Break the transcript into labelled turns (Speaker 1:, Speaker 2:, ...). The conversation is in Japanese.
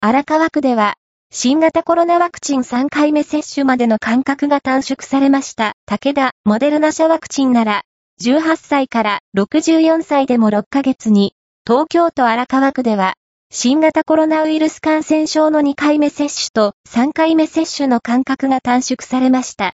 Speaker 1: 荒川区では、新型コロナワクチン3回目接種までの間隔が短縮されました。武田、モデルナ社ワクチンなら、18歳から64歳でも6ヶ月に、東京都荒川区では、新型コロナウイルス感染症の2回目接種と3回目接種の間隔が短縮されました。